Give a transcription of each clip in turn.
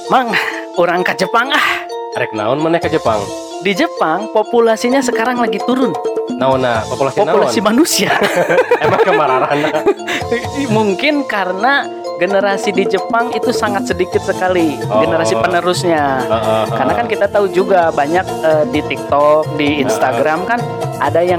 Mang, orang ke Jepang ah. Arek naon maneh ke Jepang? Di Jepang populasinya sekarang lagi turun. Naonna populasi naon? Manusia. Emang kemararana. Mungkin karena generasi di Jepang itu sangat sedikit sekali generasi penerusnya. Karena kan kita tahu juga banyak di TikTok, di Instagram kan ada yang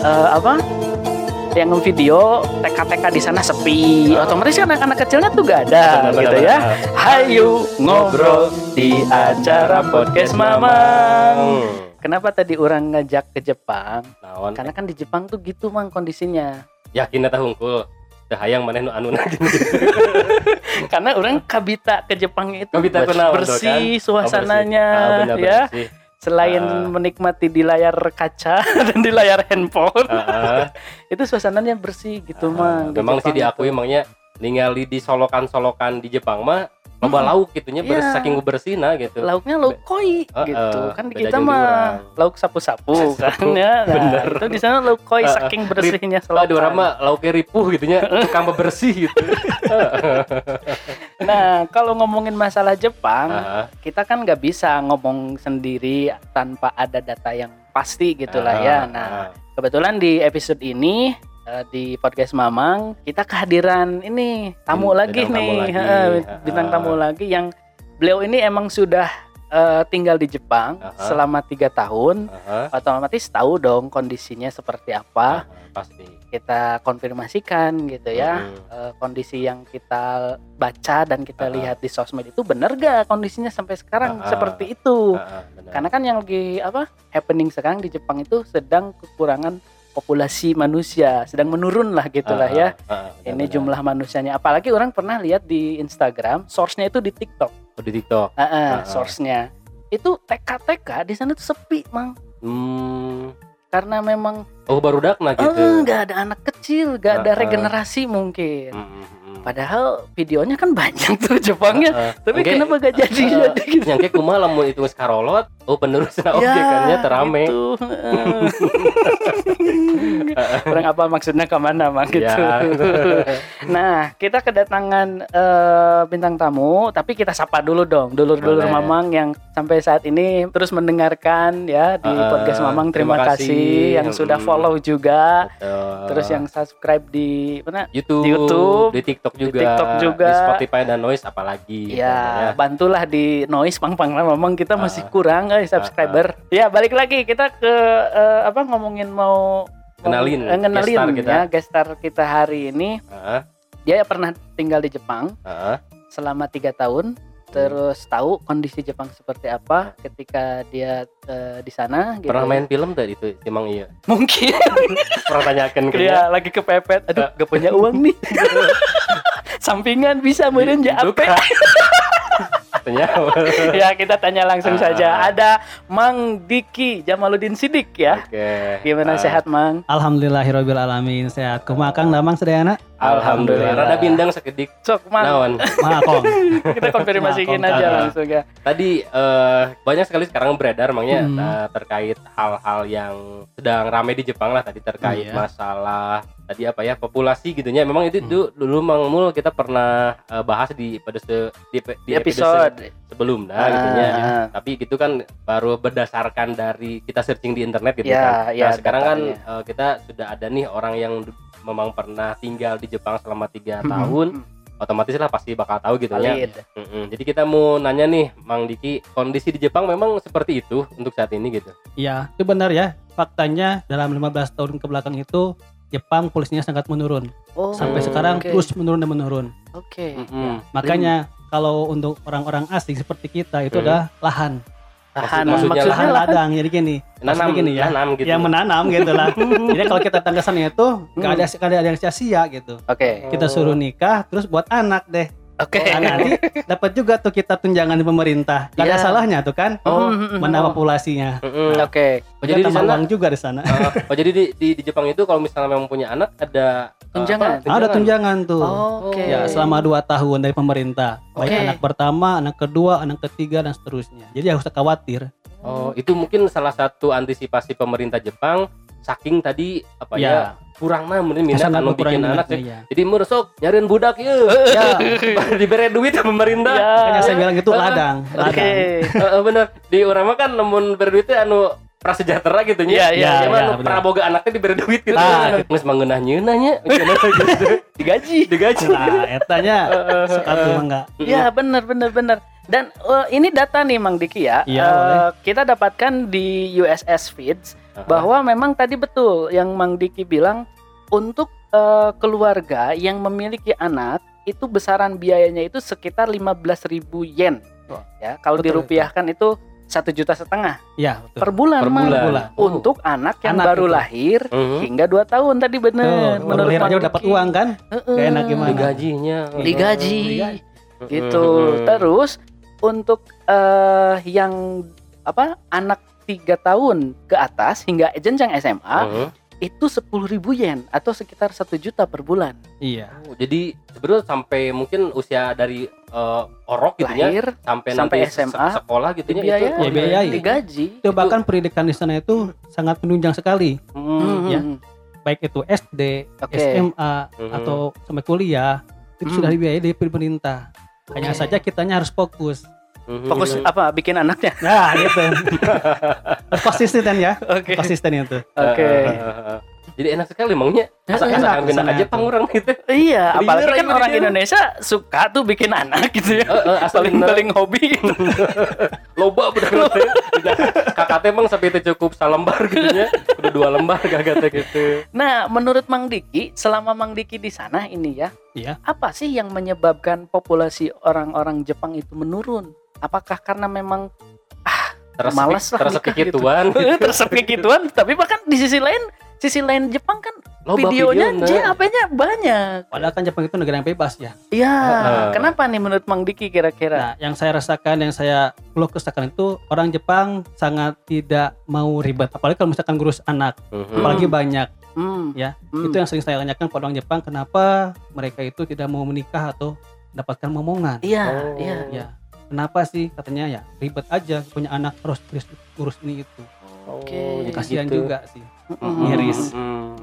yang video TK-TK di sana sepi. Otomatis kan anak-anak kecilnya tuh gak ada gitu ya. Hayu ngobrol di acara podcast Mamang. Kenapa tadi orang ngajak ke Jepang? Naon? Karena kan di Jepang tuh gitu Mang kondisinya. Yakin eta hungkul. Teu hayang maneh nu anu gitu. Karena orang kabita ke Jepang itu bersih kan? suasananya bersih. ya. Selain menikmati di layar kaca dan di layar handphone, itu suasananya bersih gitu Mang. Memang sih diakui emangnya ningali di solokan-solokan di Jepang mah loba lauk gitunya saking bersihna gitu. Lauknya lauk koi gitu. Kan di kita mah lauk sapu-sapu kan ya. Nah, itu di sana lauk koi saking bersihnya selokan. Di urang mah lauknya ripuh gitunya, tukang bebersih gitu. Nah, kalau ngomongin masalah Jepang, kita kan nggak bisa ngomong sendiri tanpa ada data yang pasti gitulah ya. Nah, kebetulan di episode ini di podcast Mamang kita kehadiran ini tamu lagi nih, bintang tamu lagi yang beliau ini emang sudah tinggal di Jepang selama 3 tahun. Otomatis tahu dong kondisinya seperti apa. Pasti kita konfirmasikan gitu ya. Kondisi yang kita baca dan kita lihat di sosmed itu benar gak kondisinya sampai sekarang seperti itu. Karena kan yang lagi happening sekarang di Jepang itu sedang kekurangan populasi manusia, sedang menurun lah gitulah ya. Ini jumlah manusianya. Apalagi orang pernah lihat di Instagram, source-nya itu di TikTok. Di TikTok. Source-nya itu TK-TK di sana tuh sepi, Mang. Karena memang barudakna gitu. Nggak ada anak kecil, nggak ada regenerasi mungkin. Padahal videonya kan banyak tuh Jepangnya, tapi kenapa gak jadi gitu? Yang kayak kumaha lamun itu geus karolot, penerusna objekannya terame. Gitu. Kurang apa maksudnya kemana Mang gitu. Nah, kita kedatangan bintang tamu, tapi kita sapa dulu dong, dulur-dulur Mamang yang sampai saat ini terus mendengarkan ya di podcast Mamang. Terima kasih yang sudah follow juga. Terus yang subscribe di mana? YouTube, di TikTok juga, di Spotify dan Noise apalagi. Ya, bantulah di Noise pang-pang lah, memang kita masih kurang subscriber. Ya, balik lagi kita ke ngomongin ngenalin guest star kita hari ini. Dia pernah tinggal di Jepang selama 3 tahun. Terus tahu kondisi Jepang seperti apa ketika dia di sana. Gitu. Pernah main film tadi itu emang iya? Mungkin. Pernah tanyakan ke dia lagi kepepet. Aduh, gak punya uang nih. Sampingan bisa meureun ja ape. Ya, kita tanya langsung saja. Ada Mang Diki Jamaluddin Sidik ya. Gimana sehat Mang? Alhamdulillahirabbil alamin sehat. Kumaha Kang Damang sadayana? Alhamdulillah. Rada bindang sakedik. Sok Mang. Naon? Maakong. Kita konfirmasiin aja langsung ya. Tadi banyak sekali sekarang beredar Mangnya terkait hal-hal yang sedang ramai di Jepang lah, tadi terkait masalah tadi populasi gitunya. Memang itu dulu Mang Mul kita pernah bahas di episode sebelumnya gitunya. Tapi gitu kan baru berdasarkan dari kita searching di internet gitu kan. Nah, sekarang kan kita sudah ada nih orang yang memang pernah tinggal di Jepang selama 3 tahun. Otomatis lah pasti bakal tahu gitu ya. Jadi kita mau nanya nih Mang Diki, kondisi di Jepang memang seperti itu untuk saat ini gitu? Iya, itu benar ya. Faktanya dalam 15 tahun ke belakang itu Jepang populasinya sangat menurun. Sampai sekarang terus menurun dan menurun. Makanya kalau untuk orang-orang asing seperti kita itu adalah lahan. Maksudnya lahan ladang, jadi gini. Nanam gitu. Ya menanam gitu lah. Jadi kalau kita tanggasannya itu nggak ada yang sia-sia gitu. Kita suruh nikah terus buat anak deh. Nanti dapat juga tuh kita tunjangan di pemerintah. Gak ada salahnya tuh kan. Menambah populasinya. Jadi di sana uang juga di sana. Jadi di Jepang itu kalau misalnya memang punya anak ada tunjangan. Ada tunjangan tuh. Ya, selama 2 tahun dari pemerintah. Baik anak pertama, anak kedua, anak ketiga dan seterusnya. Jadi harus khawatir. Itu mungkin salah satu antisipasi pemerintah Jepang saking tadi kurang meureun minat anu bikin anak ya. Jadi meresok nyariin budak ya diberi duit sama pemerintah. Makanya saya bilang gitu ladang. Oke. Bener. Di urang mah kan namun beri duit anu prasejahtera gitu nya. Emang praboga anaknya diberi duit gitu. Geus mangeunah nyeunah nya gitu. Digaji. Nah, etanya sekatu mah enggak. Iya, bener. Dan ini data nih Mang Diki ya. Kita dapatkan di USS Feeds bahwa memang tadi betul yang Mang Diki bilang untuk keluarga yang memiliki anak itu besaran biayanya itu sekitar 15.000 yen. Ya, kalau dirupiahkan itu 1,5 juta. Iya, per bulan. Untuk anak yang baru lahir hingga 2 tahun tadi bener. Menurut aja dapat uang kan? Gak enak gimana? Digaji. Gitu. Terus untuk yang anak 3 tahun ke atas hingga jenjang SMA itu 10.000 yen atau sekitar 1 juta per bulan. Iya. Jadi sebenarnya sampai mungkin usia dari orok gitu ya sampai SMA sekolah gitu ya itu digaji. Itu bahkan pendidikan di sana itu sangat menunjang sekali. Ya. Baik itu SD, SMA atau sampai kuliah itu sudah dibiayai dari pemerintah. Hanya saja kitanya harus fokus. Fokus apa? Bikin anaknya. Nah, gitu. Konsisten ya. Konsisten itu. Jadi enak sekali emangnya. Asal pindah aja Jepang orang gitu. Iya, apalagi kan orang Indonesia suka tuh bikin anak gitu ya. Paling hobi gitu. Loba bener. Kakak emang sampai itu cukup salembar gitu nya. Udah 2 lembar kakak gitu. Nah, menurut Mang Diki, selama Mang Diki di sana ini ya. Iya. Apa sih yang menyebabkan populasi orang-orang Jepang itu menurun? Apakah karena memang malas lah nikah gitu. Tersepik gituan, tapi bahkan di sisi lain Jepang kan videonya JAP-nya banyak. Padahal kan Jepang itu negara yang bebas ya. Iya. Kenapa nih menurut Mang Diki kira-kira? Nah, yang saya rasakan, yang saya kesakan itu orang Jepang sangat tidak mau ribet. Apalagi kalau misalkan ngurus anak, apalagi banyak. Itu yang sering saya tanyakan pada orang Jepang, kenapa mereka itu tidak mau menikah atau mendapatkan momongan? Iya. Kenapa sih? Katanya ya ribet aja, punya anak harus urus ini itu. Kasihan gitu juga sih. Miris.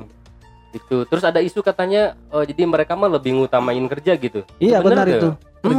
Gitu. Terus ada isu katanya jadi mereka mah lebih ngutamain kerja gitu. Iya, benar itu.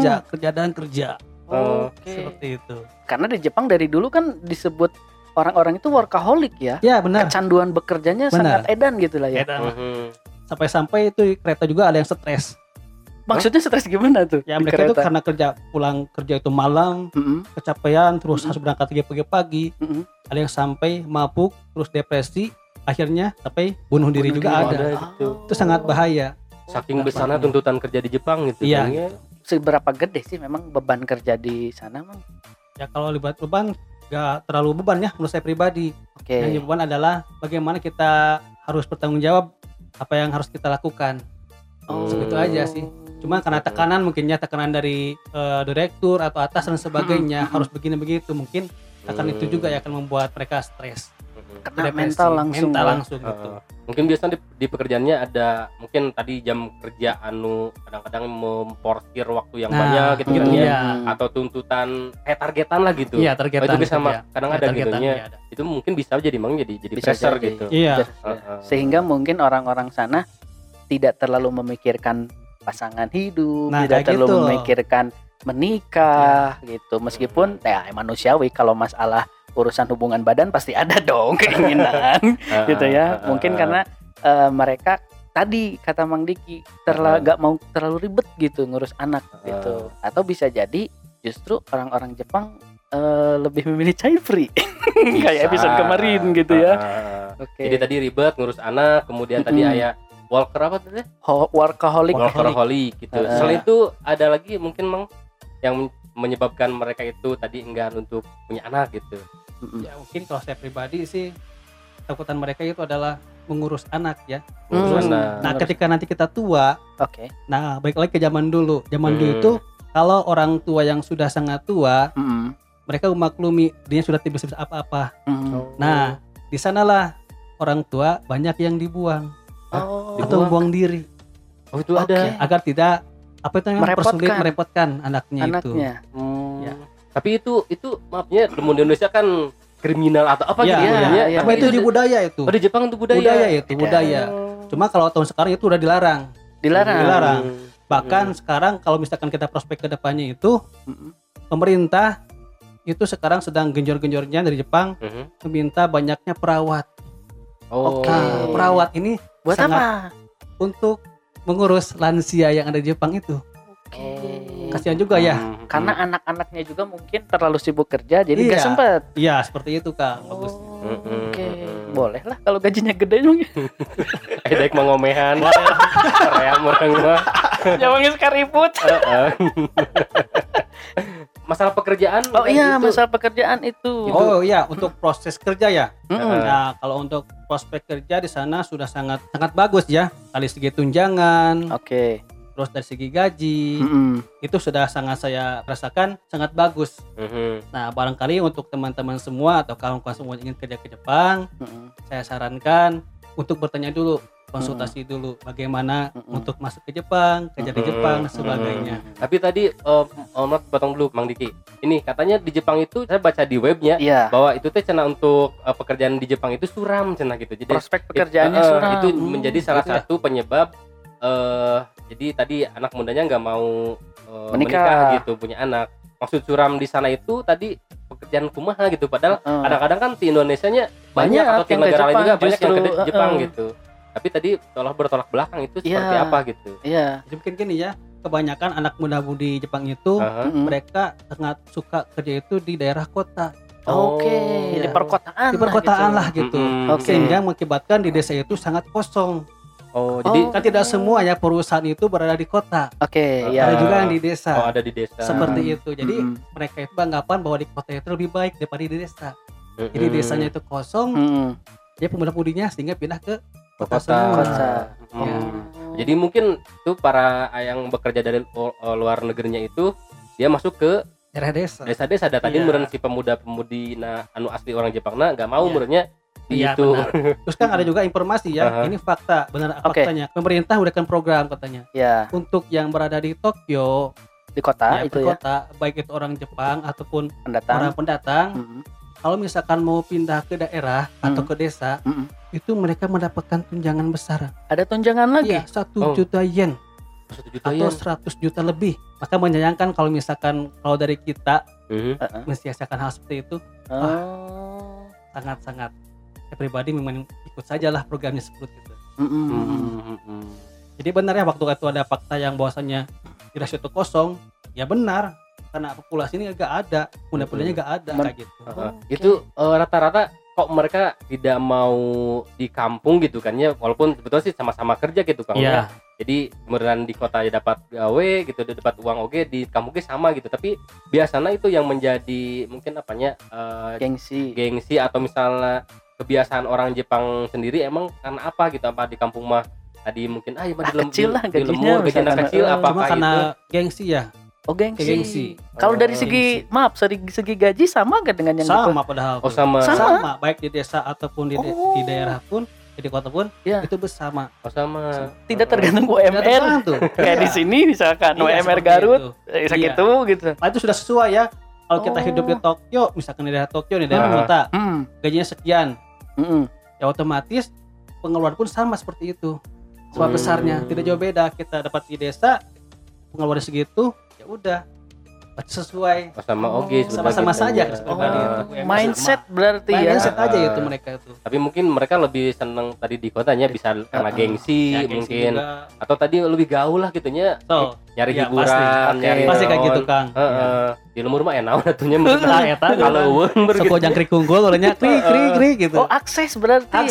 Kerja. Seperti itu. Karena di Jepang dari dulu kan disebut orang-orang itu workaholic ya. Iya, benar. Kecanduan bekerjanya sangat edan gitu lah ya. Sampai-sampai itu kereta juga ada yang stres. Maksudnya stres gimana tuh? Ya mereka itu karena pulang kerja itu malam, kecapean, terus harus berangkat pagi. Ada yang sampai mabuk, terus depresi, akhirnya sampai bunuh diri juga ada. Itu sangat bahaya. Saking besarnya tuntutan kerja di Jepang gitu. Iya. Seberapa gede sih memang beban kerja di sana, Mang? Ya kalau libat beban, gak terlalu beban ya menurut saya pribadi. Yang beban adalah bagaimana kita harus bertanggung jawab apa yang harus kita lakukan. Segitu aja sih. Cuma karena tekanan dari direktur atau atas dan sebagainya harus begini begitu, mungkin tekanan itu juga yang akan membuat mereka stres. Kena mental langsung gitu. Mungkin biasanya di pekerjaannya ada mungkin tadi jam kerja kadang-kadang memporsir waktu yang banyak gitu ya. Atau tuntutan targetan lah gitu. Iya, targetan. Itu sama kadang ada gitunya. Itu mungkin bisa jadi pressure gitu. Iya. Sehingga mungkin orang-orang sana tidak terlalu memikirkan pasangan hidup, tidak terlalu memikirkan menikah gitu. Meskipun manusiawi kalau masalah urusan hubungan badan pasti ada dong keinginan gitu ya. Mungkin karena mereka tadi kata Mang Diki gak mau terlalu ribet gitu ngurus anak gitu. Atau bisa jadi justru orang-orang Jepang lebih memilih child free kayak episode kemarin gitu ya. Jadi tadi ribet ngurus anak, kemudian tadi workaholic gitu. Selain itu ada lagi mungkin Mang yang menyebabkan mereka itu tadi enggan untuk punya anak gitu. Ya mungkin kalau saya pribadi sih takutan mereka itu adalah mengurus anak ya. Nah, ketika nanti kita tua, nah balik lagi ke zaman dulu. Zaman dulu itu kalau orang tua yang sudah sangat tua, mereka memaklumi dia sudah tidak bisa apa-apa. Nah, di sanalah orang tua banyak yang dibuang. Atau membuang diri. Itu ada agar tidak merepotkan anaknya. Itu. Ya. Tapi itu maafnya di Indonesia kan kriminal atau apa gitu ya. Tapi itu di budaya itu. Oh, di Jepang itu budaya. Budaya. Cuma kalau tahun sekarang itu udah dilarang. Bahkan sekarang kalau misalkan kita prospek ke depannya itu pemerintah itu sekarang sedang genjor-genjornya dari Jepang meminta banyaknya perawat. Perawat ini buat apa? Untuk mengurus lansia yang ada di Jepang itu. Kasihan juga ya. Karena anak-anaknya juga mungkin terlalu sibuk kerja jadi nggak sempet. Iya, seperti itu Kang. Bagus. Boleh lah kalau gajinya gede dong. Daek mengomehan. Korea orang mah. Jawangnya sekariput. Masalah pekerjaan. Masalah pekerjaan itu. Untuk proses kerja ya. Nah, kalau untuk prospek kerja di sana sudah sangat bagus ya. Dari segi tunjangan. Terus dari segi gaji itu sudah sangat saya rasakan sangat bagus. Nah, barangkali untuk teman-teman semua atau kawan-kawan semua yang ingin kerja ke Jepang, saya sarankan untuk bertanya dulu, konsultasi dulu bagaimana untuk masuk ke Jepang, kerja di Jepang dan sebagainya. Tapi tadi potong dulu Mang Diki. Ini katanya di Jepang itu saya baca di webnya bahwa itu teh cenah untuk pekerjaan di Jepang itu suram cenah gitu. Jadi prospek pekerjaannya suram. Itu menjadi salah satu penyebab jadi tadi anak mudanya nggak mau menikah gitu, punya anak. Maksud suram di sana itu tadi pekerjaan kumaha gitu, padahal kadang-kadang kan di Indonesianya banyak atau di negara lain juga banyak yang ke Jepang gitu. Tapi tadi bertolak belakang itu seperti apa gitu. Jadi mungkin gini ya, kebanyakan anak muda-mudi Jepang itu mereka sangat suka kerja itu di daerah kota. Di perkotaan lah gitu. Sehingga mengakibatkan di desa itu sangat kosong. Jadi kan tidak semua ya perusahaan itu berada di kota. Ada juga yang di desa. Ada di desa. Seperti itu. Jadi mereka itu anggapan bahwa di kota itu lebih baik daripada di desa. Jadi desanya itu kosong. Dia pemuda-pemudinya sehingga pindah ke kota. Jadi mungkin tuh para yang bekerja dari luar negerinya itu dia masuk ke daerah desa-desa. Tadi meureun si pemuda-pemudi anu asli orang Jepangna enggak mau meureunnya itu. Terus kan ada juga informasi ya, ini fakta, benar faktanya. Pemerintah udah kan program katanya. Untuk yang berada di Tokyo, di kota itu kota, baik itu orang Jepang ataupun orang pendatang, kalau misalkan mau pindah ke daerah atau ke desa, itu mereka mendapatkan tunjangan besar. Ada tunjangan lagi? 1 juta yen. 1 juta atau 100 juta lebih. Maka menyayangkan kalau misalkan kalau dari kita mensiasatkan hal seperti itu, sangat-sangat. Saya pribadi memang ikut sajalah programnya seperti itu. Jadi benar ya waktu itu ada fakta yang bahwasannya di rasio itu kosong, ya benar karena populasi ini enggak ada, muda-mudanya enggak ada kayak gitu. Itu rata-rata kok mereka tidak mau di kampung gitu kan ya, walaupun sebetulnya sih sama-sama kerja gitu Kang. Jadi kemudian di kota ya dapat gawe gitu, dapat uang oke, di kampungnya sama gitu. Tapi biasanya itu yang menjadi mungkin apanya gengsi atau misalnya kebiasaan orang Jepang sendiri emang karena apa gitu, apa di kampung mah tadi mungkin kecil lah gajinya kecil apa karena gengsi ya. Gengsi. Kalau dari segi segi gaji sama gak dengan yang sama padahal. Sama baik di desa ataupun di daerah pun, di kota pun itu bersama. Sama. Tidak tergantung UMR. Kayak di sini misalkan UMR Garut segitu gitu. Nah, itu sudah sesuai ya. Kalau kita hidup di Tokyo, misalkan di daerah Tokyo, di daerah kota, gajinya sekian. Ya otomatis pengeluaran pun sama seperti itu. Sama besarnya, tidak jauh beda. Kita dapat di desa pengeluaran segitu, ya udah sesuai. Sama-sama saja pribadi itu. Mindset berarti ya. Mindset aja itu mereka itu. Tapi mungkin mereka lebih senang tadi di kotanya bisa karena gengsi mungkin juga. Atau tadi lebih gaul lah gitunya. Nyari hiburan, pasti kayak gitu Kang. Di lumur mah enak atunya kalau soko jangkrik unggul orangnya kri gitu. Akses berarti.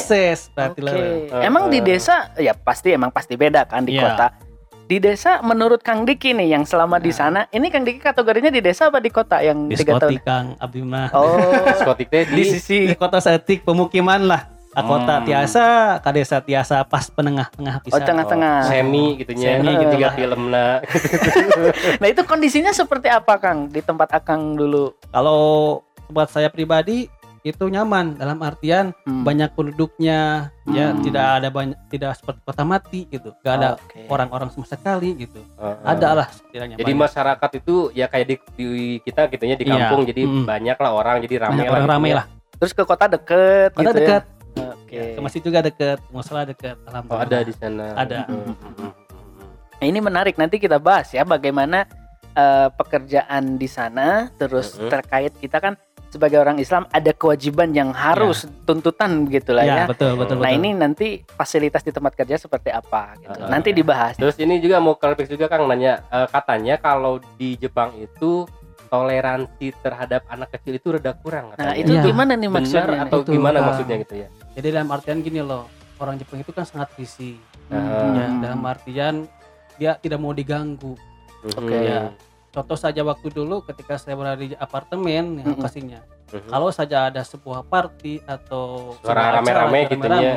Emang di desa ya pasti beda kan di kota. Di desa menurut Kang Diki nih yang selama di sana, ini Kang Diki kategorinya di desa apa di kota yang 3 tahun? Diskotik Kang Abdi mah. Diskotik teh di sisi kota setik pemukiman lah. Kota tiasa, ka desa tiasa pas penengah-tengah pisan. Tengah-tengah. Semi gitunya. Tiga filmna. Nah, itu kondisinya seperti apa Kang di tempat Akang dulu? Kalau tempat saya pribadi itu nyaman dalam artian banyak penduduknya ya, tidak seperti kota mati gitu, nggak ada orang-orang sama sekali gitu, ada lah setidaknya. Jadi banyak. Masyarakat itu ya kayak di kita gitunya di kampung, jadi banyak lah orang, jadi ramai lah. Terus ke kota deket Kota gitu dekat. ya? Oke. Ke masjid juga dekat, musola dekat. Alhamdulillah. ada di sana. Ada. Nah, ini menarik, nanti kita bahas ya bagaimana pekerjaan di sana, terus terkait kita kan sebagai orang Islam ada kewajiban yang harus tuntutan begitulah ya. Betul. Nah ini nanti fasilitas di tempat kerja seperti apa gitu. Nanti dibahas. Terus ini juga mau klarifikasi juga Kang nanya, katanya kalau di Jepang itu toleransi terhadap anak kecil itu rada kurang katanya. Nah itu gimana nih maksudnya? Benar atau itu, gimana maksudnya gitu ya? Jadi dalam artian gini loh, orang Jepang itu kan sangat risih. Ya, Dalam artian dia tidak mau diganggu. Ya. Contoh saja waktu dulu ketika saya berada di apartemen yang lokasinya. Kalau saja ada sebuah party atau suara rame-rame gitu ya.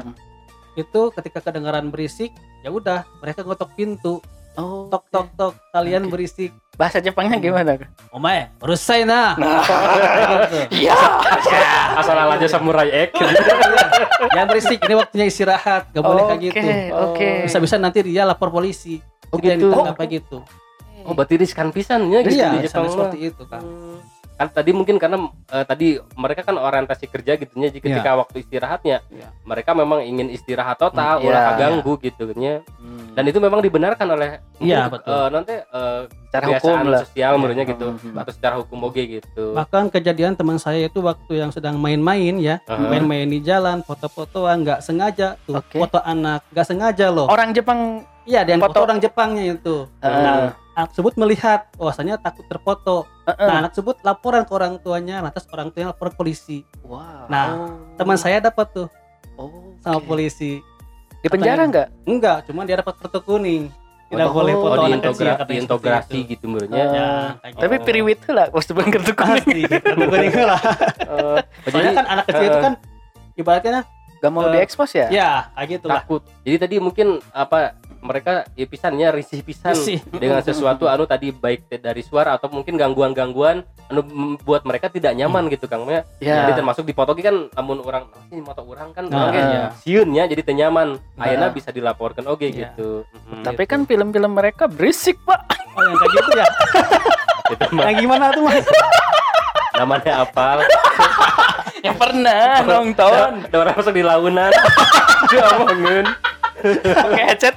Itu ketika kedengaran berisik, ya udah mereka ngotok pintu. Tok tok tok, kalian berisik. Bahasa Jepangnya gimana? Omae, urusai na. Iya. Asal aja samurai X. Jangan berisik, ini waktunya istirahat. Gak boleh kayak gitu. Bisa-bisa nanti dia lapor polisi. Gitu. Kayak gitu. Oh berarti riskan pisannya gitu di Jepang seperti itu kan. Kan tadi mungkin karena tadi mereka kan orientasi kerja gitunya, jadi ketika waktu istirahatnya mereka memang ingin istirahat total, ulah kaganggu gitu nya. Dan itu memang dibenarkan oleh nanti secara hukum sosial menurutnya gitu atau secara hukum oke gitu. Bahkan kejadian teman saya itu waktu yang sedang main-main ya, main-main di jalan, foto-fotoan nggak sengaja tuh, foto anak nggak sengaja loh. Orang Jepang dan foto orang Jepangnya itu. Nah, anak tersebut melihat, bahwasanya takut terfoto. Nah, anak tersebut laporan ke orang tuanya, lantas orang tuanya lapor polisi. Nah, teman saya dapat tuh sama polisi. Di penjara nggak? Enggak, cuma dia dapat kartu kuning. Tidak boleh foto anak kecil. Diintegrasi gitu menurutnya. Tapi piriwit lah, pas terbang kartu kuning. Kartu kuning lah. Soalnya kan anak kecil itu kan ibaratnya gak mau diekspos ya? Ya, kayak gitu lah. Takut. Jadi tadi mungkin mereka pisannya risih pisan dengan sesuatu tadi baik dari suara atau mungkin gangguan-gangguan buat mereka tidak nyaman gitu Kang ya. Jadi termasuk dipotoki kan namun orang ini moto orang kan siunnya jadi tenyaman. Ayeuna bisa dilaporkan gitu. Tapi kan film-film mereka berisik, Pak. Oh, yang kayak gitu ya. Yang gimana tuh, Mas? Namanya apal? Ya pernah nonton. Ada orang masuk di launan. Dia omongin. Pakai headset.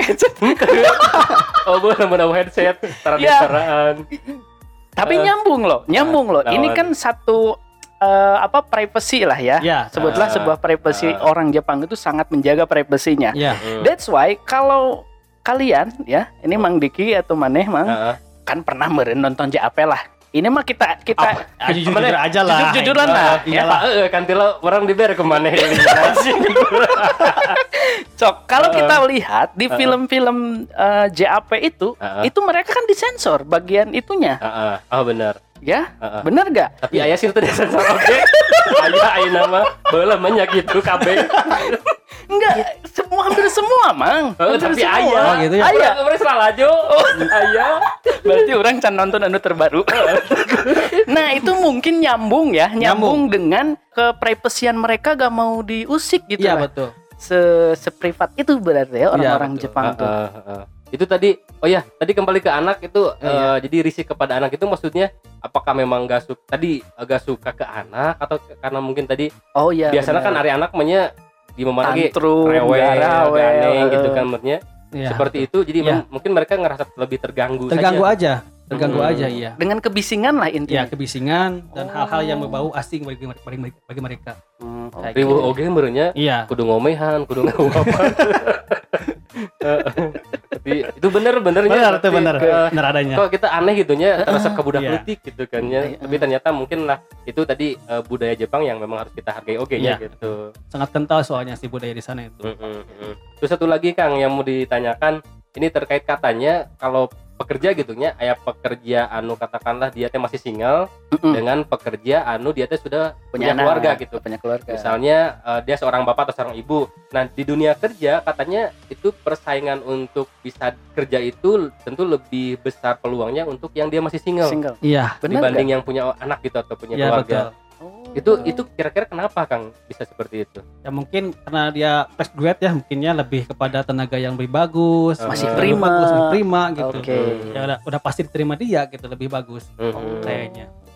Oh boleh menawa headset taraan. Tapi nyambung loh. Ini kan satu privacy lah ya. Sebutlah sebuah privacy, orang Jepang itu sangat menjaga privasinya. That's why kalau kalian ya, ini Mang Diki atau Maneh kan pernah nonton JAP lah. Ini mah kita jujur aja lah. Jujuran lah. Ya Pak, kantila orang diber kemana ini. Cok, kalau kita lihat di film-film JAP itu mereka kan disensor bagian itunya. Oh benar. Ya, benar gak? Tapi ayah sih itu disensor oke. Ayah nama boleh banyak gitu KB. Enggak, hampir semua, Mang. Tapi ayah. Gitu ya. Ayah, orang salah aja. Ayah. Berarti orang can nonton terbaru. Nah, itu mungkin nyambung dengan keprivasian mereka gak mau diusik gitu. Iya, betul. Seprivat itu berarti ya orang-orang Jepang tuh. Itu tadi tadi kembali ke anak itu jadi risih kepada anak itu maksudnya apakah memang gak suka ke anak atau karena mungkin tadi biasanya kan hari anak di momen lagi rewel gitu kan maksudnya seperti itu jadi mungkin mereka ngerasa lebih terganggu aja iya dengan kebisingan lah intinya kebisingan dan hal-hal yang berbau asing bagi mereka ribu oge menurutnya kudu ngomehan kudu ngapain. Tapi itu benar adanya. Kok kita aneh gitunya terasa kebudak politik gitu kan ya. Tapi ternyata mungkin lah itu tadi budaya Jepang yang memang harus kita hargai gitu. Sangat kental soalnya si budaya di sana itu. Terus satu lagi Kang yang mau ditanyakan ini terkait katanya kalau pekerja gitunya pekerja katakanlah dia teh masih single dengan pekerja dia teh sudah punya keluarga gitu. Misalnya dia seorang bapak atau seorang ibu. Nah, di dunia kerja katanya itu persaingan untuk bisa kerja itu tentu lebih besar peluangnya untuk yang dia masih single. Iya, dibanding yang punya anak gitu atau punya keluarga. Betul. Itu kira-kira kenapa Kang bisa seperti itu? Ya mungkin karena dia fresh grad ya, mungkinnya lebih kepada tenaga yang lebih bagus, masih prima gitu. Ya udah pasti diterima dia gitu lebih bagus kayaknya.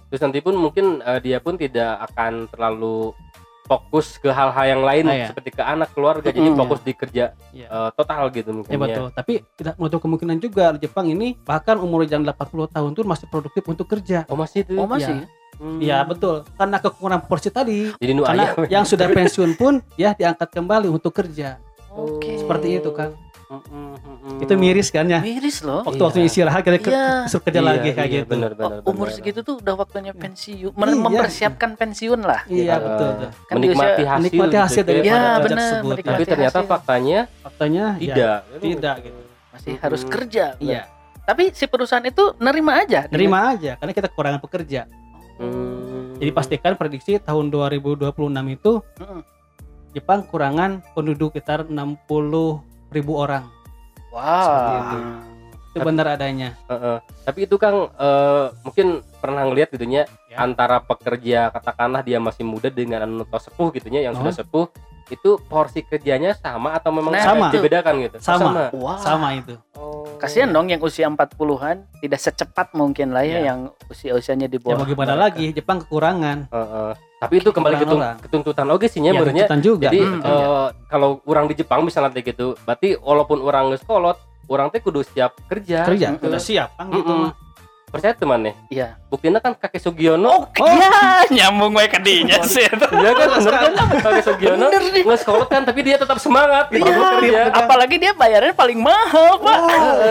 Terus nanti pun mungkin dia pun tidak akan terlalu fokus ke hal-hal yang lain seperti ke anak, keluarga, jadi fokus di kerja total gitu mungkin. Ya betul, tapi tidak menutup kemungkinan juga di Jepang ini bahkan umur yang 80 tahun tuh masih produktif untuk kerja. Oh masih itu? Oh masih? Iya betul, karena kekurangan porsi tadi. Jadi karena yang sudah pensiun pun ya diangkat kembali untuk kerja. Oke. Seperti itu kan. Itu miris kan ya? Miris loh. Waktu istirahat kita disuruh kerja lagi kayak gitu. Benar, umur segitu tuh udah waktunya pensiun, mempersiapkan pensiun lah. Iya betul. Kan menikmati hasil dari kerja tersebut. Tapi ternyata faktanya tidak gitu. Masih harus kerja. Iya. Tapi si perusahaan itu nerima aja karena kita kekurangan pekerja. Jadi pastikan prediksi tahun 2026 itu Jepang kurangan penduduk sekitar 60.000 orang. Wow. Itu benar adanya. Tapi itu Kang mungkin pernah ngelihat gitunya antara pekerja katakanlah dia masih muda dengan anu sepuh gitunya yang sudah sepuh, itu porsi kerjanya sama atau memang dibedakan gitu? Sama. Wow. Sama itu. Kasihan dong yang usia 40-an tidak secepat mungkin lah yang usia-usianya di bawah. Ya mau gimana lagi, Jepang kekurangan. Tapi itu kembali ke ketuntutan oke sih nya menurutnya. Jadi kalau orang di Jepang misalnya gitu, berarti walaupun orang geus kolot, orang teh kudu siap kerja. Udah siap kan gitu mah. Percaya teman nih? Iya. Buktinya kan Kakek Sugiono. Iya, nyambung we ke dinya sih. Iya kan bener kan Kakek Sugiono geus kolot kan tapi dia tetap semangat gitu kerja. Apalagi dia bayarnya paling mahal, Pak.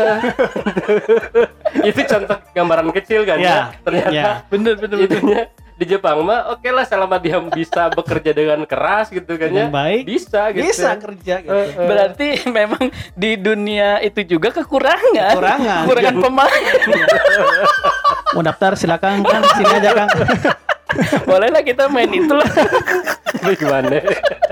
Itu contoh gambaran kecil kan ya. Ternyata bener. Di Jepang mah oke lah selama dia bisa bekerja dengan keras gitu kan ya. Baik. Bisa kerja gitu. Berarti memang di dunia itu juga kekurangan pemain. Mau daftar silakan kan sini aja Kang. Boleh lah kita main itulah. Bagaimana?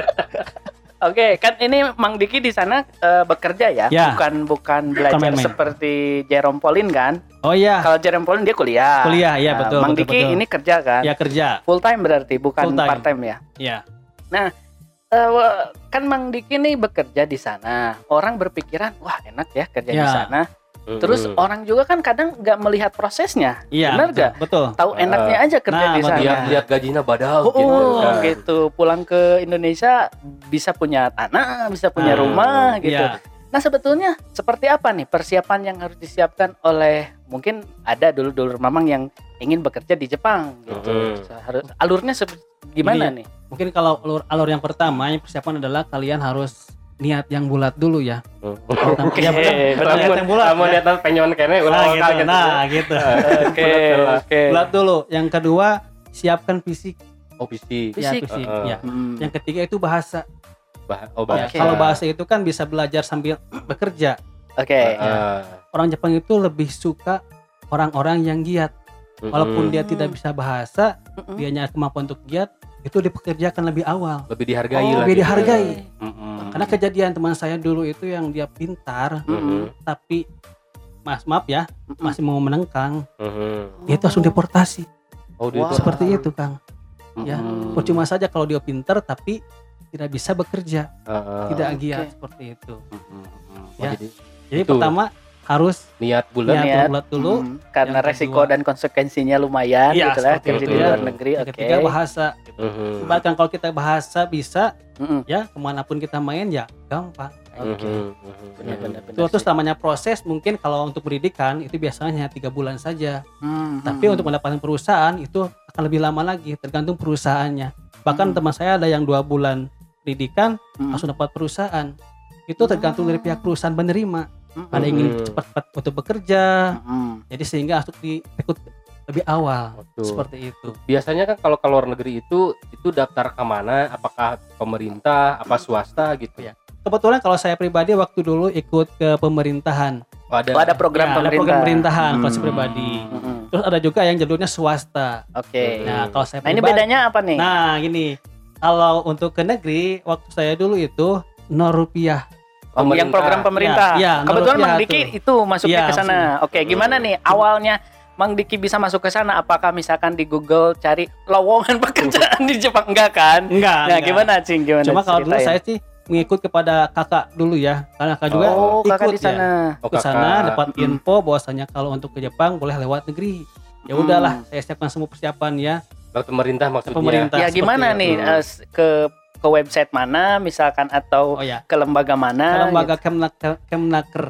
Oke, kan ini Mang Diki di sana bekerja ya, bukan belajar seperti Jerome Pauline kan? Oh iya. Kalau Jerome Pauline dia kuliah. Iya betul. Mang Diki ini kerja kan? Ya kerja. Full time berarti, bukan part time ya? Iya. Nah, kan Mang Diki nih bekerja di sana. Orang berpikiran, wah enak ya kerja di sana. Terus orang juga kan kadang nggak melihat prosesnya, benar nggak? Betul. Tahu enaknya aja kerja di sana. Lihat gajinya badal gitu. Pulang ke Indonesia bisa punya tanah, bisa punya rumah gitu. Nah sebetulnya seperti apa nih persiapan yang harus disiapkan oleh mungkin ada dulu mamang yang ingin bekerja di Jepang gitu. Harus alurnya gimana nih? Mungkin kalau alur yang pertama yang persiapan adalah kalian harus niat yang bulat dulu ya. Oke. Niat yang bulat. Kamu lihat penyon kene ulah gitu. Nah, gitu. Oke. Bulat dulu. Yang kedua, siapkan fisik. Oh, fisik. Ya. Yang ketiga itu bahasa. Bahasa. Kalau bahasa itu kan bisa belajar sambil bekerja. Oke. Orang Jepang itu lebih suka orang-orang yang giat. Walaupun dia tidak bisa bahasa, dia nyari kemampuan untuk giat, itu dipekerjakan lebih awal. Lebih dihargai Lebih dihargai. Karena kejadian teman saya dulu itu yang dia pintar, tapi maaf ya, masih mau menengkang, dia itu langsung deportasi. Seperti itu Kang. Ya, percuma saja kalau dia pintar tapi tidak bisa bekerja, tidak giat seperti itu. Jadi pertama harus niat bulat dulu, karena resiko dan konsekuensinya lumayan gitu lah kerja di luar negeri. Ketiga bahasa. Bahkan kalau kita bahasa bisa, ya kemanapun kita main ya gampang. Benar. Terus namanya proses mungkin kalau untuk pendidikan itu biasanya 3 bulan saja. Tapi untuk mendapatkan perusahaan itu akan lebih lama lagi, tergantung perusahaannya. Bahkan teman saya ada yang 2 bulan pendidikan langsung dapat perusahaan. Itu tergantung dari pihak perusahaan penerima. Ada yang ingin cepat-cepat untuk bekerja, jadi sehingga harus direkrut lebih awal. Seperti itu. Biasanya kan kalau ke luar negeri itu daftar ke mana? Apakah pemerintah, apa swasta gitu ya? Kebetulan kalau saya pribadi waktu dulu ikut ke pemerintahan. Ada program pemerintah. Ada program pemerintahan kalau saya pribadi. Terus ada juga yang jalurnya swasta. Oke. Nah kalau saya pribadi, ini bedanya apa nih? Nah gini, kalau untuk ke negeri waktu saya dulu itu Rupiah. Yang program pemerintah. Kebetulan Mang Diki itu masuknya ke sana. Oke, gimana nih awalnya Mang Diki bisa masuk ke sana? Apakah misalkan di Google cari lowongan pekerjaan di Jepang? Enggak kan? Enggak. Nah, gimana Cing? Cuma kalau dulu saya sih mengikut kepada kakak dulu ya. Karena kakak juga ikut di sana. Ke sana dapat info bahwasanya kalau untuk ke Jepang boleh lewat negeri. Ya udahlah, saya siapkan semua persiapan ya. Pemerintah maksudnya. Pemerintah. Ya gimana nih ke website mana misalkan atau ke lembaga mana? Ke lembaga Kemnaker.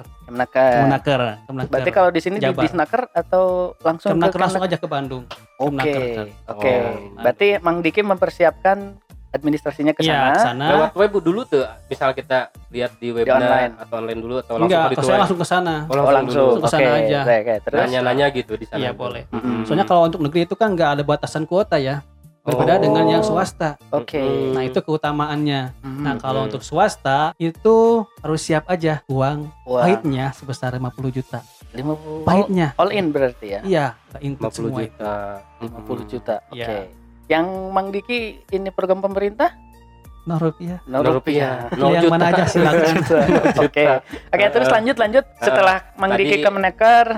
Berarti kalau di sini Jabar. di Disnaker atau langsung Kemnaker langsung aja ke Bandung. Oke. Berarti Mang Diki mempersiapkan administrasinya ke sana. Lewat web dulu tuh, misal kita lihat di webnya atau online dulu atau langsung Enggak, saya langsung ke sana. Langsung ke sana aja. Terus nanya-nanya gitu di sana. Iya, boleh. Soalnya kalau untuk negeri itu kan enggak ada batasan kuota ya. Berbeda dengan yang swasta. Nah, itu keutamaannya. Nah, kalau untuk swasta itu harus siap aja uang pahitnya sebesar 50 juta. 50 pahitnya. All in berarti ya? Iya, 50 juta. 50 juta. Oke. Iya. Yang Mang Diki ini program pemerintah? Rupiah. Rupiah. Yang mana aja silakan. Oke, terus lanjut. Setelah Mang Diki ke Kemnaker,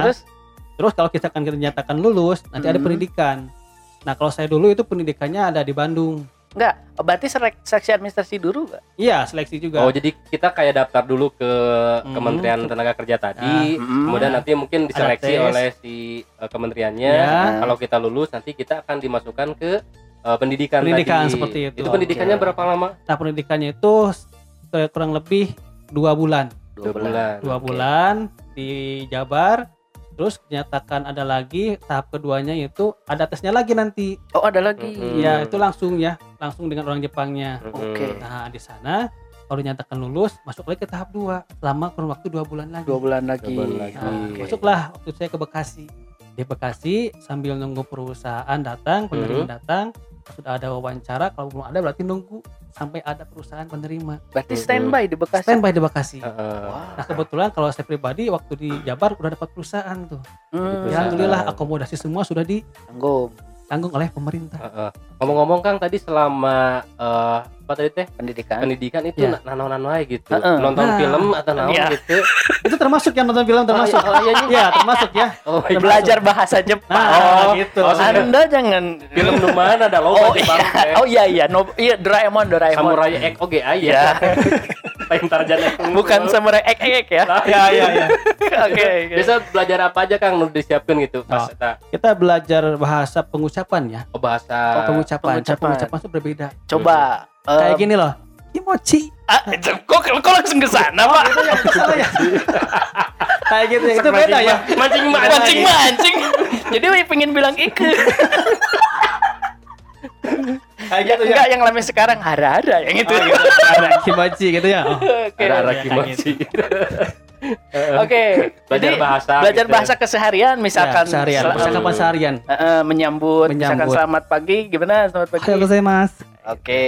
terus kalau kita akan dinyatakan lulus, nanti ada pendidikan. Nah, kalau saya dulu itu pendidikannya ada di Bandung. Enggak, berarti seleksi administrasi dulu enggak? Iya, seleksi juga. Oh, jadi kita kayak daftar dulu ke Kementerian Tenaga Kerja tadi, kemudian nanti mungkin diseleksi oleh si kementeriannya. Kalau kita lulus, nanti kita akan dimasukkan ke pendidikan tadi. Seperti itu. Itu pendidikannya berapa lama? Nah, pendidikannya itu kurang lebih 2 bulan. 2 bulan di Jabar. Terus dinyatakan ada lagi tahap keduanya yaitu ada tesnya lagi nanti. Oh, ada lagi. Ya, itu langsung dengan orang Jepangnya. Oke. Nah, di sana kalau dinyatakan lulus, masuk lagi ke tahap 2 selama kurun waktu 2 bulan lagi. 2 bulan lagi. Nah, masuklah waktu saya ke Bekasi. Di Bekasi sambil nunggu perusahaan datang, penerima datang, sudah ada wawancara, kalau belum ada berarti nunggu sampai ada perusahaan penerima. Berarti standby di Bekasi. Nah, kebetulan kalau saya pribadi waktu di Jabar udah dapat perusahaan tuh. Alhamdulillah akomodasi semua sudah ditanggung oleh pemerintah. Ngomong-ngomong Kang, tadi selama apa tadi teh? Pendidikan itu naon wae gitu. Nonton film atau naon gitu. Itu termasuk yang nonton film termasuk. Iya, termasuk ya. Belajar bahasa Jepang. Gitu. Anda jangan film nu mana ada logo Jepang. Iya, Doraemon. Samurai X oge aya. Lain Tarzan. Bukan Samurai X ya. Iya. Oke. Biasa belajar apa aja Kang nu disiapkeun gitu pas eta? Kita belajar bahasa pengucapan ya. Bahasa pengucapan. Pengucapan itu berbeda. Coba kayak gini loh. Kimochi. Kok langsung ke sana, Pak? Kayak gitu ya. Itu beda ya. Mancing. Jadi pengen bilang Ike. Kayak gitu ya. Enggak, yang lama sekarang hara-hara yang itu. Hara kimochi gitu ya. Hara kimochi. Oke. Belajar bahasa keseharian misalkan. Percakapan seharian. Menyambut. Misalkan selamat pagi, gimana? Selamat pagi. Halo Mas. Oke.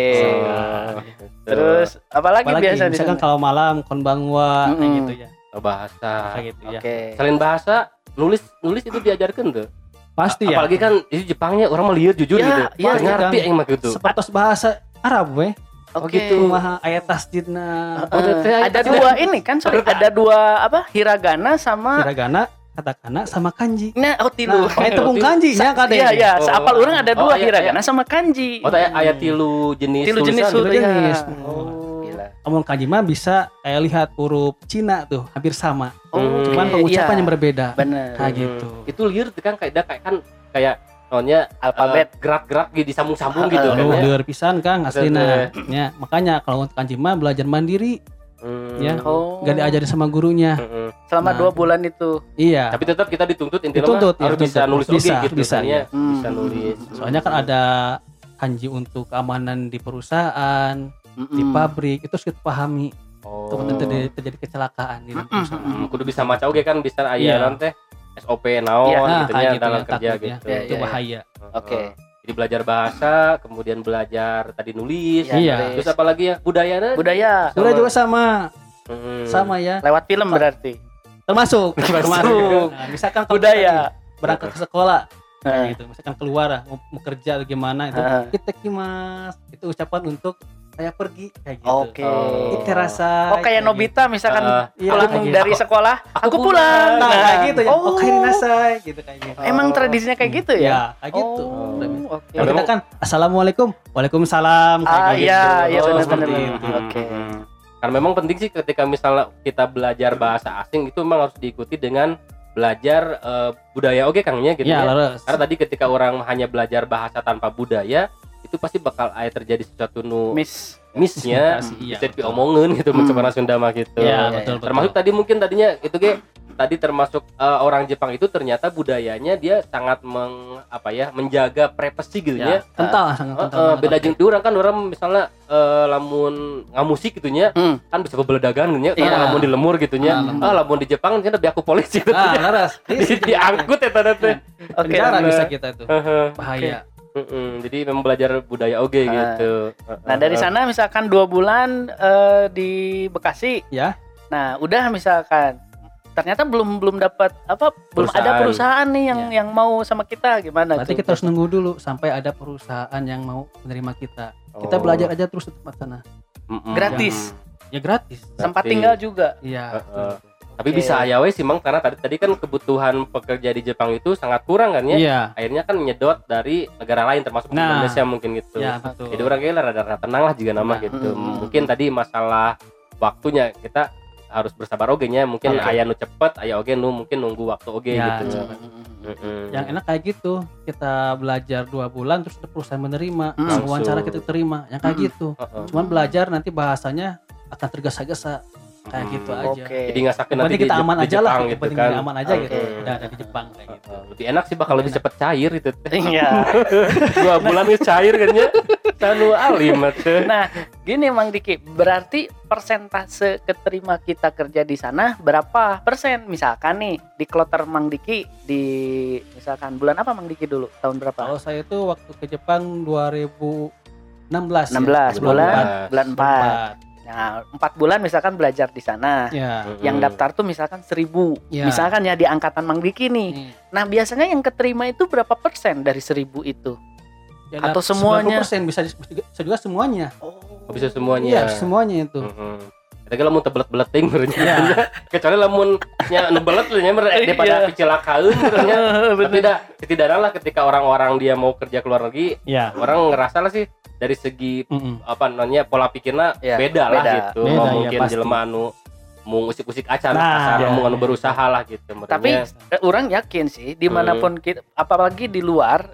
Terus apalagi biasa misalkan kalau malam konbanwa kayak gitu ya. Bahasa. Kayak gitu ya. Selain bahasa, nulis itu diajarkan tuh. Pasti ya. Apalagi kan itu Jepangnya orang melihat jujur gitu. Iya, ngerti yang mah gitu. Sepatos bahasa Arab weh. Gitu. Maha ayat tasjidna. Ada dua ini kan, ada dua hiragana sama katakana sama kanji. Nah, tilu. Kayak tepung kanji nya kade. Iya, seapal orang ada dua hiragana sama kanji. Ayat tilu jenis jenis. Gila. Ngomong kanji mah bisa kayak lihat huruf Cina tuh, hampir sama. Cuman pengucapan yang berbeda. Benar. Kayak gitu. Itu liur kan kayak soalnya alfabet gerak-gerak disambung-sambung gitu kan. Liur pisan Kang aslina. Ya, makanya kalau untuk kanji mah belajar mandiri. Ya, nggak diajarin sama gurunya selama 2 bulan itu. Iya. Tapi tetap kita dituntut intinya harus bisa nulis gitu. Bisa nulis. Soalnya kan ada kanji untuk keamanan di perusahaan, di pabrik itu harus kita pahami. Untuk terjadi kecelakaan di perusahaan. Kudu bisa maca oge kan bisa aya teh SOP naon gitu nya dalam kerja gitu. Itu bahaya. Oke. Jadi belajar bahasa, kemudian belajar tadi nulis. Iya. Terus apa lagi ya? Budaya. Budaya juga sama. Sama ya. Lewat film berarti. Termasuk. Nah, misalkan budaya berangkat ke sekolah. Gitu. Misalkan keluar mau kerja atau gimana itu. Itekimasu. Itu ucapan untuk saya pergi kayak gitu. Oke. Iterasa. Kayak Nobita misalkan pulang dari sekolah, aku pulang. Nah, kayak gitu ya. Kaerinasai gitu kayak gitu. Emang tradisinya kayak gitu ya? Ya, kayak gitu. Oke. Kita kan assalamualaikum, waalaikumsalam kayak gitu. Iya, benar-benar. Oke. Karena memang penting sih ketika misalnya kita belajar bahasa asing itu memang harus diikuti dengan belajar budaya oke Kangnya gitu ya. Karena tadi ketika orang hanya belajar bahasa tanpa budaya itu pasti bakal terjadi sesuatu missnya bisa diomongin gitu mencoba Sunda mah gitu. Ya, betul. Termasuk tadi mungkin tadinya itu tadi termasuk orang Jepang itu ternyata budayanya dia sangat menjaga privasi gitu ya. Kental sangat. Beda jeung orang misalnya lamun ngamusik gitu nya kan bisa bebeledagan gitu nya lamun di lemur gitu nya. Lamun di Jepang kan aku polisi gitu. Laras. Diangkut eta teh. Penjara bisa kita tuh. Bahaya. Jadi memang belajar budaya oge gitu. Nah, dari sana misalkan 2 bulan di Bekasi. Ya. Nah, udah misalkan ternyata belum dapat belum ada perusahaan nih yang mau sama kita, gimana? Berarti kita harus nunggu dulu sampai ada perusahaan yang mau menerima kita. Kita belajar aja terus di tempat sana. Gratis. Ya gratis. Tempat tinggal juga. Iya. Tapi bisa aya we sih Mang, karena tadi kan kebutuhan pekerja di Jepang itu sangat kurang kan ya. Iya. Akhirnya kan menyedot dari negara lain termasuk Indonesia mungkin gitu. Iya, betul. Jadi orang kayaknya rada tenang lah juga nama gitu. Mungkin tadi masalah waktunya kita harus bersabar oge nya, mungkin aya nu cepet, aya oge nu mungkin nunggu waktu oge gitu. Yang enak kayak gitu, kita belajar 2 bulan terus perusahaan menerima, wawancara kita terima, yang kayak gitu. Cuman belajar nanti bahasanya akan tergesa-gesa kayak gitu aja. Jadi ngasakeun nanti kita aman aja lah, gitu kan. aman aja gitu. Udah ada di Jepang kayak gitu. Lebih enak sih bakal lebih cepet cair itu. Iya. 2 bulan itu cair kan ya. Tanu alim tuh. Nah, gini Mang Diki, berarti persentase keterima kita kerja di sana berapa persen? Misalkan nih di kloter Mang Diki di misalkan bulan apa Mang Diki dulu? Tahun berapa? Kalau saya itu waktu ke Jepang 2016 bulan 4. Nah, 4 bulan misalkan belajar di sana. Yang daftar tuh misalkan 1.000. Misalkan ya di angkatan Mang Diki nih. Nah, biasanya yang keterima itu berapa persen dari 1.000 itu? Ya, atau semuanya? 90% bisa juga semuanya. Bisa semuanya. Iya, semuanya itu. Kita lamun tebelet-belet ting berenya. Kecuali lamun nya nebelet nya daripada kecelakaan berenya. Tapi setidaknya lah ketika orang-orang dia mau kerja ke luar negeri, orang ngerasa lah sih dari segi pola pikirnya beda lah gitu. Mungkin jelema anu mau usik-usik acara mau berusaha lah gitu. Tapi orang yakin sih dimanapun kita, apalagi di luar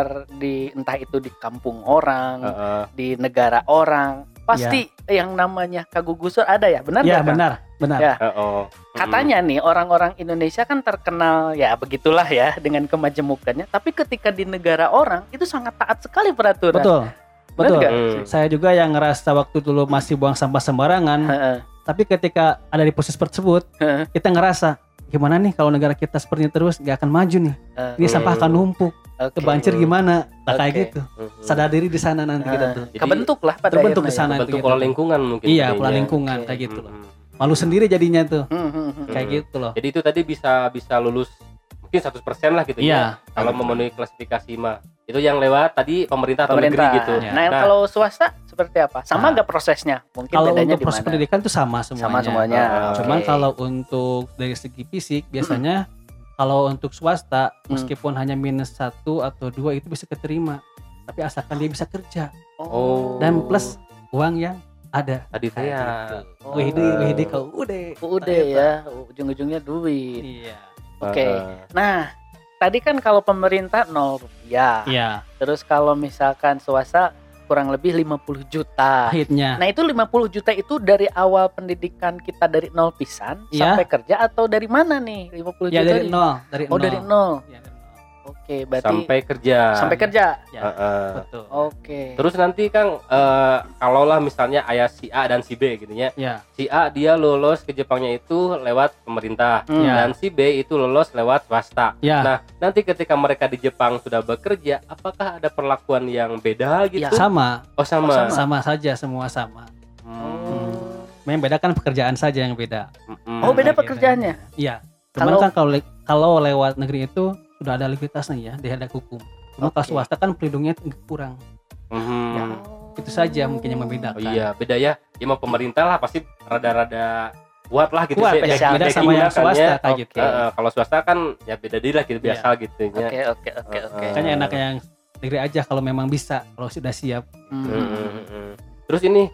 entah itu di kampung orang, di negara orang, pasti yang namanya kagugusan ada ya, benar? Ya benar. Ya. Katanya nih orang-orang Indonesia kan terkenal ya begitulah ya dengan kemajemukannya, tapi ketika di negara orang itu sangat taat sekali peraturan. Betul. Saya juga yang ngerasa waktu dulu masih buang sampah sembarangan. Tapi ketika ada di posisi tersebut, kita ngerasa gimana nih kalau negara kita seperti ini terus gak akan maju nih. Ini sampah akan numpuk. Kebanjir gimana? Kayak gitu. Sadar diri di sana nanti kita tuh. Kebentuk lah pada terbentuk di sana itu. Bentuk pola lingkungan mungkin. Iya, pola lingkungan kayak gitu loh. Malu sendiri jadinya tuh. Kayak gitu loh. Jadi itu tadi bisa lulus mungkin 100% lah gitu ya. Kalau memenuhi klasifikasi mah. Itu yang lewat tadi pemerintah atau negeri gitu. Nah, kalau swasta seperti apa? Sama nggak prosesnya? Mungkin kalau bedanya untuk proses pendidikan itu sama semuanya. Sama semuanya. Cuman kalau untuk dari segi fisik biasanya kalau untuk swasta meskipun hanya -1 atau 2 itu bisa keterima. Tapi asalkan dia bisa kerja. Dan plus uang yang ada. Tadi saya. Wih, kau udah ya, ujung-ujungnya duit. Iya. Oke. Nah, tadi kan kalau pemerintah 0 rupiah. Iya. Terus kalau misalkan swasta kurang lebih 50 juta. Akhirnya. Nah, itu 50 juta itu dari awal pendidikan kita dari 0 pisan sampai kerja atau dari mana nih 50 juta? Ya dari 0, dari 0. Ya, Oke, berarti sampai kerja. Ya, betul. Oke. Terus nanti Kang kalaulah misalnya ayah si A dan si B gitu ya. Si A dia lulus ke Jepangnya itu lewat pemerintah dan si B itu lulus lewat swasta. Nah, nanti ketika mereka di Jepang sudah bekerja, apakah ada perlakuan yang beda gitu? Sama. Sama. Sama saja, semua sama. Memang beda kan pekerjaan saja yang beda. Beda pekerjaannya. Iya. Cuman kan kalau lewat negeri itu sudah ada likuiditasnya ya, dia ada hukum. Cuma kalau swasta kan pelindungnya kurang. Ya, itu saja mungkin yang membedakan. Iya, beda ya. Ya mau pemerintah lah pasti rada-rada kuat lah gitu. Beda sama yang swasta kayak gitu. Kalau swasta kan ya beda diri lah gitu, biasa gitu ya. Oke. Makanya enaknya yang negeri aja kalau memang bisa, kalau sudah siap. Terus ini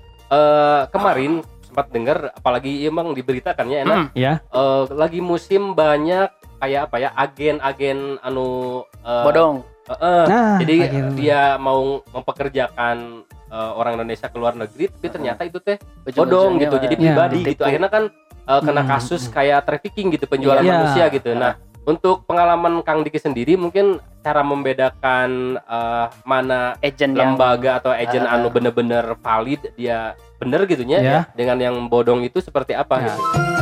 kemarin sempat dengar apalagi emang diberitakan ya enak. Lagi musim banyak kayak apa ya, agen anu bodong. Jadi dia mau mempekerjakan orang Indonesia ke luar negeri, tapi ternyata itu teh bodong gitu, jadi pribadi gitu. Akhirnya kan kena kasus kayak trafficking gitu, penjualan manusia gitu. Nah, untuk pengalaman Kang Diki sendiri, mungkin cara membedakan mana agent lembaga atau agen anu bener-bener valid, dia bener gitunya, dengan yang bodong itu seperti apa gitu?